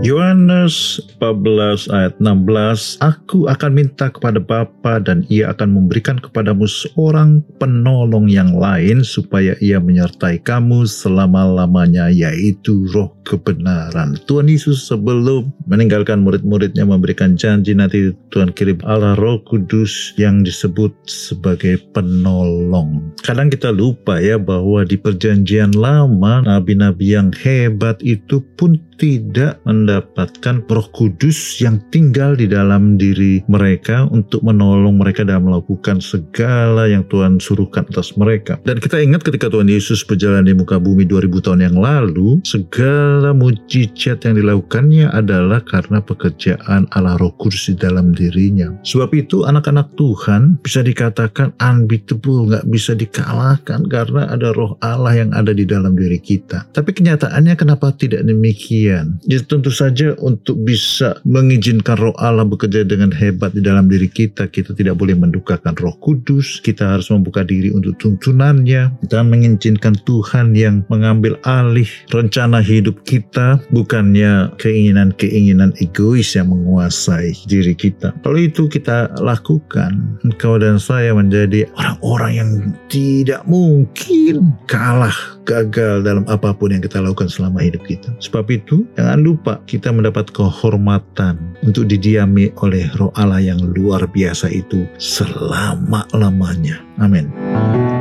Yohanes 14 ayat 16, Aku akan minta kepada Bapa dan ia akan memberikan kepadamu seorang penolong yang lain supaya ia menyertai kamu selama-lamanya, yaitu Roh kebenaran. Tuhan Yesus sebelum meninggalkan murid-muridnya memberikan janji nanti Tuhan kirim Allah Roh Kudus yang disebut sebagai penolong. Kadang kita lupa ya bahwa di perjanjian lama nabi-nabi yang hebat itu pun tidak mendapatkan Roh Kudus yang tinggal di dalam diri mereka untuk menolong mereka dalam melakukan segala yang Tuhan suruhkan atas mereka. Dan kita ingat ketika Tuhan Yesus berjalan di muka bumi 2000 tahun yang lalu, segala mujizat yang dilakukannya adalah karena pekerjaan Allah Roh Kudus di dalam dirinya. Sebab itu anak-anak Tuhan bisa dikatakan unbeatable, gak bisa dikalahkan karena ada Roh Allah yang ada di dalam diri kita. Tapi kenyataannya kenapa tidak demikian? Jadi tentu saja untuk bisa mengizinkan Roh Allah bekerja dengan hebat di dalam diri kita, kita tidak boleh mendukakan Roh Kudus. Kita harus membuka diri untuk tuntunannya dan mengizinkan Tuhan yang mengambil alih rencana hidup kita, bukannya keinginan-keinginan egois yang menguasai diri kita. Kalau itu kita lakukan, engkau dan saya menjadi orang-orang yang tidak mungkin kalah, gagal dalam apapun yang kita lakukan selama hidup kita. Sebab itu, jangan lupa kita mendapat kehormatan untuk didiami oleh Roh Allah yang luar biasa itu selama-lamanya. Amin.